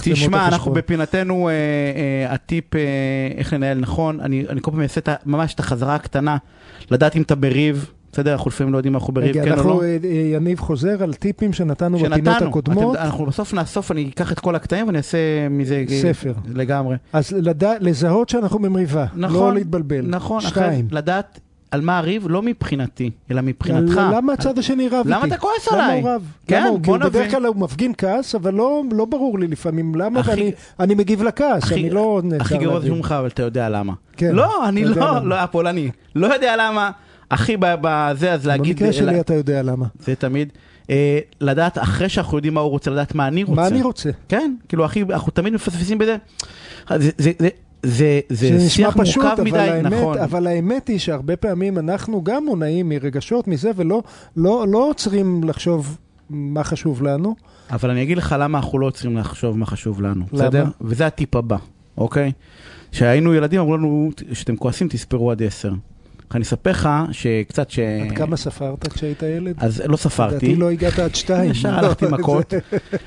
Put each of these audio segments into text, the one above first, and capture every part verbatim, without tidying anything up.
מצלמות החשבון. תשמע, אנחנו בפינתנו, אה, אה, הטיפ אה, איך לנהל נכון, אני, אני כל פעם אעשה ממש את החזרה הקטנה, לדעת אם אתה בריב, בסדר, אנחנו לפעמים לא יודעים מה אנחנו בריב, כן או לא. יניב חוזר על טיפים שנתנו בפינות הקודמות. אתם, אנחנו בסוף נאסוף, אני אקח את כל הקטעים ואני אעשה מזה ספר. לגמרי. אז לדע, לזהות שאנחנו במריבה, נכון, לא להתבלבל. נכון, שתיים. לדעת על מה הריב, לא מבחינתי, אלא מבחינתך. למה הצד השני רב איתי? למה אתה כועס עליי? למה הוא רב? כן, בוא נבין. בדרך כלל הוא מפגין כעס, אבל לא ברור לי לפעמים למה, ואני מגיב לכעס, אני לא נעצר להבין. הכי גרוע זה ממך, אבל אתה יודע למה. לא, אני לא, לא, הפולני. לא יודע למה. הכי בזה, אז להגיד... במקרה שלי אתה יודע למה. זה תמיד. לדעת, אחרי שאנחנו יודעים מה הוא רוצה, לדעת מה אני רוצה. מה אני רוצה. כן, כאילו, אנחנו תמיד מפספסים בזה. זה שיח מורכב מדי, נכון. אבל האמת היא שהרבה פעמים אנחנו גם מונעים מרגשות מזה, ולא לא עוצרים לחשוב מה חשוב לנו. אבל אני אגיד לך למה אנחנו לא עוצרים לחשוב מה חשוב לנו. בסדר? וזה הטיפ הבא, אוקיי? שהיינו ילדים, אמרו לנו, שאתם כועסים, תספרו עד עשר. אני אספר לך שקצת ש... עד כמה ספרת כשהיית ילד? אז לא ספרתי. דעתי לא הגעת עד שתיים. ישר הלכתי מכות.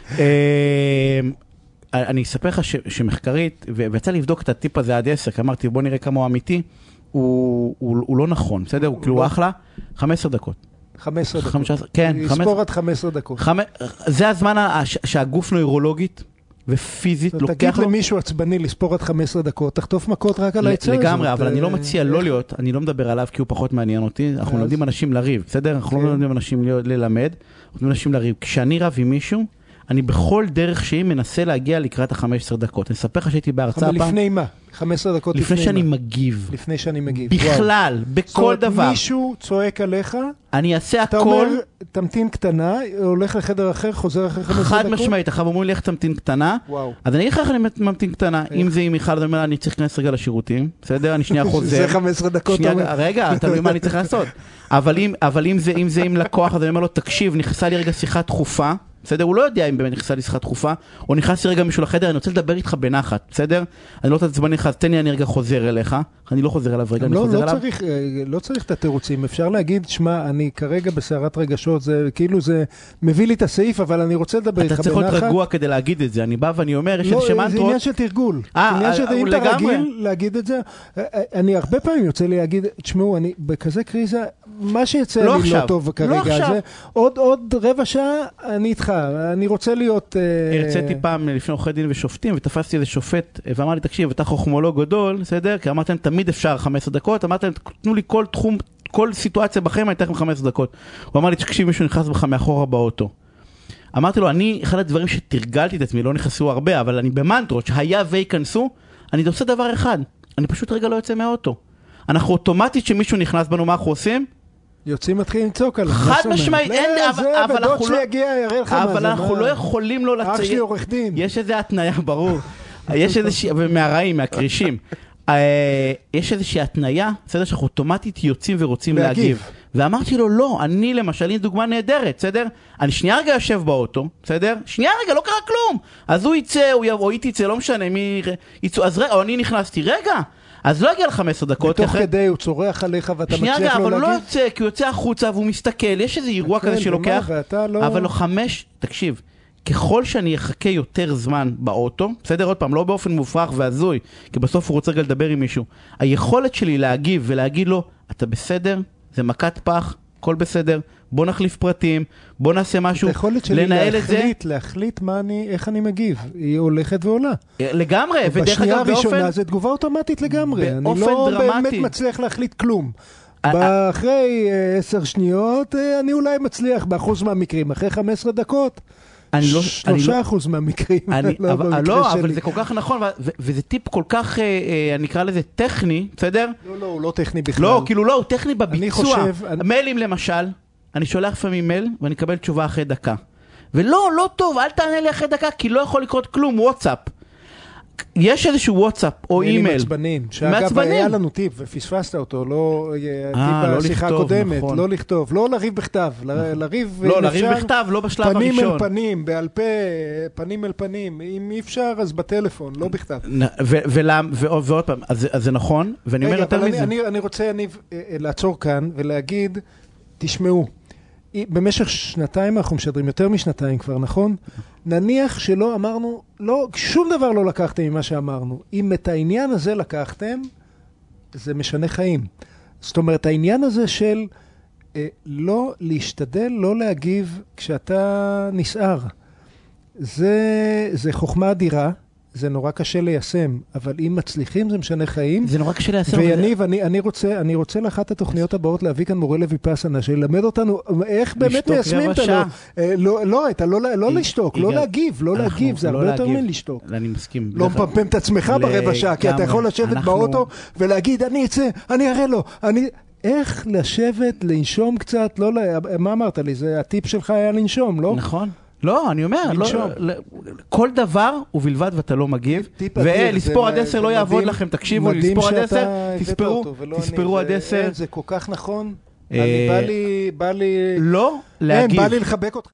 אני אספר לך שמחקרית, ויצא לבדוק את הטיפ הזה עד עשר, כי אמרתי, בוא נראה כמה הוא אמיתי, הוא לא נכון, בסדר? הוא כאילו אחלה, חמש עשרה דקות. חמש עשרה דקות. כן. לספור עד חמש עשרה דקות. זה הזמן שהגוף נוירולוגית ופיזית לוקח לו... תגיד למישהו עצבני לספור עד חמש עשרה דקות, תחטוף מכות רק על העצה הזאת. לגמרי, אבל אני לא מציע לא להיות, אני לא מדבר עליו כי הוא פחות מעניין אותי, אנחנו לומדים אנשים לריב, בסדר? אנחנו לא לומדים אנשים ללמד, אנחנו לומדים אנשים לריב. כשאני רב עם מישהו, אני בכל דרך שהיא מנסה להגיע לקראת ה-חמש עשרה דקות. אני אספר לך שהייתי בהרצאה פעם. לפני מה? חמש עשרה דקות לפני מה? לפני שאני מגיב. לפני שאני מגיב. בכלל, בכל דבר. זאת אומרת, מישהו צועק עליך, אני אעשה הכל. אתה אומר, תמתין קטנה, הולך לחדר אחר, חוזר אחרי חמש עשרה דקות? חד משמעית, אחר אומרים לי איך תמתין קטנה. וואו. אז אני אגיד לך איך אני ממתין קטנה. אם זה עם מיכל, אני צריך להיכנס רגע לשירותים. בסדר? אני שנייה חוזר. זה חמש עשרה דקות. רגע, תלוי מה אני צריך לעשות. אבל אם זה עם לקוח, אז אני אומר לו, תקשיב, נכנסה לי רגע שיחה דחופה. בסדר? הוא לא יודע אם באמת נכנסה לי שיחה דחופה, או נכנס לי רגע מישהו לחדר, אני רוצה לדבר איתך בנחת, בסדר? אני לא רוצה לצבן לך, אז תן לי, אני רגע חוזר אליך, אני לא חוזר אליו רגע, אני חוזר אליו. לא צריך את התירוצים, אפשר להגיד, שמע, אני כרגע בסערת רגשות, זה כאילו זה מביא לי את הסעיף, אבל אני רוצה לדבר איתך בנחת. אתה צריך להיות רגוע כדי להגיד את זה, אני בא ואני אומר, יש איזה שמנטרות. זה עניין של תרגול. עניין של אם אתה רגיל להגיד את זה, אני הרבה פעמים יוצא לי להגיד, תשמעו, אני בכזה קריזה, מה שיצא לי לא טוב כרגע, עוד רבע שעה אני איתך, אני רוצה להיות... הרציתי פעם לפני עורכי דין ושופטים, ותפסתי איזה שופט, ואמר לי, תקשיב, אתה חוכמולוג גדול, בסדר? כי אמרתם, תמיד אפשר חמש עשרה דקות, אמרתם, תנו לי כל תחום, כל סיטואציה בחיים, אני אתן לכם חמש עשרה דקות. הוא אמר לי, תקשיב, מישהו נכנס בך מאחורה באוטו. אמרתי לו, אני, אחד הדברים שתרגלתי את עצמי, לא נכנסו הרבה, אבל אני במנטרות, שהיה וייכנסו, אני עושה דבר אחד, אני פשוט רגע לא יוצא מהאוטו. אנחנו אוטומטית שמישהו נכנס בנו, מה אנחנו עושים? יוצאים מתחילים לצעוק עליו. חד משמעית, אבל אנחנו לא יכולים לו לציין. אח שלי עורך דין. יש איזו התניה, ברור. יש איזושהי, מהרעים, מהקרישים. יש איזושהי התניה, בסדר, שאנחנו אוטומטית יוצאים ורוצים להגיב. ואמרתי לו, לא, אני למשל, אני דוגמה נהדרת, בסדר? אני שנייה רגע יושב באוטו, בסדר? שנייה רגע, לא קרה כלום. אז הוא יצא, או היא תצא, לא משנה, מי יצא, אז רגע, או אני נכנסתי, רגע. אז לא הגיע ל-חמש עשרה דקות. בתוך כדי הוא צורח עליך ואתה מצליח לו להגיד. שנייה, אבל הוא לא יוצא, כי הוא יוצא החוצה והוא מסתכל, יש איזה אירוע כזה שלוקח, אבל לא חמש, תקשיב, ככל שאני אחכה יותר זמן באוטו, בסדר, עוד פעם, לא באופן מופרך והזוי, כי בסוף הוא רוצה רגע לדבר עם מישהו, היכולת שלי להגיב ולהגיד לו, אתה בסדר? זה מכת פח, הכל בסדר, בוא נחליף פרטים, בוא נעשה משהו, לנהל את זה. להחליט, להחליט מה אני, איך אני מגיב. היא הולכת ועולה. לגמרי, ודרך אגב באופן... בשנייה הראשונה זה תגובה אוטומטית לגמרי. אני לא באמת מצליח להחליט כלום. אחרי עשר שניות, אני אולי מצליח באחוז מהמקרים. אחרי חמש עשרה דקות, שלושה אחוז מהמקרים. לא, אבל זה כל כך נכון, וזה טיפ כל כך, אני אקרא לזה טכני, בסדר? לא, לא, הוא לא טכני בכלל. לא, כאילו לא, הוא טכני בביצוע. מיילים למשל, אני שולח לפעמים מייל, ואני אקבל תשובה אחרי דקה. ולא, לא טוב, אל תענה לי אחרי דקה, כי לא יכול לקרות כלום, וואטסאפ. יש איזשהו וואטסאפ או אימייל. מעצבנים. שאגב, היה לנו טיפ, ופספסת אותו, לא, טיפ בשיחה הקודמת, לא לכתוב, לא לריב בכתב, לריב... לא, לריב בכתב, לא בשלב הראשון. פנים אל פנים, בעל פה, פנים אל פנים. אם אי אפשר, אז בטלפון, לא בכתב. ועוד פעם, אז זה נכון, ואני אומר יותר מזה. אני רוצה לעצור כאן ולהגיד, תשמעו, במשך שנתיים אנחנו משדרים, יותר משנתיים כבר, נכון? נניח שלא אמרנו, לא, שום דבר לא לקחתם ממה שאמרנו. אם את העניין הזה לקחתם, זה משנה חיים. זאת אומרת, העניין הזה של אה, לא להשתדל, לא להגיב כשאתה נסער. זה, זה חוכמה אדירה. זה נורא קשה ליישם, אבל אם מצליחים זה משנה חיים. זה נורא קשה ליישם. ויניב, אני, אני רוצה, אני רוצה לאחת התוכניות הבאות להביא כאן מורה לויפאסנה, שילמד אותנו איך באמת מיישמים את הלא. לא, לא, אתה לא, לא לשתוק, לא להגיב, לא להגיב, זה הרבה יותר מן לשתוק. אני מסכים. לא מפמפם את עצמך ברבע שעה, כי אתה יכול לשבת באוטו ולהגיד, אני אצא, אני אראה לו, אני... איך לשבת, לנשום קצת, לא, מה אמרת לי? זה הטיפ שלך היה לנשום, לא? נכון. לא, אני אומר, כל דבר הוא בלבד ואתה לא מגיב, ולספור עד עשר לא יעבוד לכם, תקשיבו, לספור עד עשר, תספרו עד עשר. זה כל כך נכון, בא לי, בא לי, לא להגיב. בא לי לחבק אותך.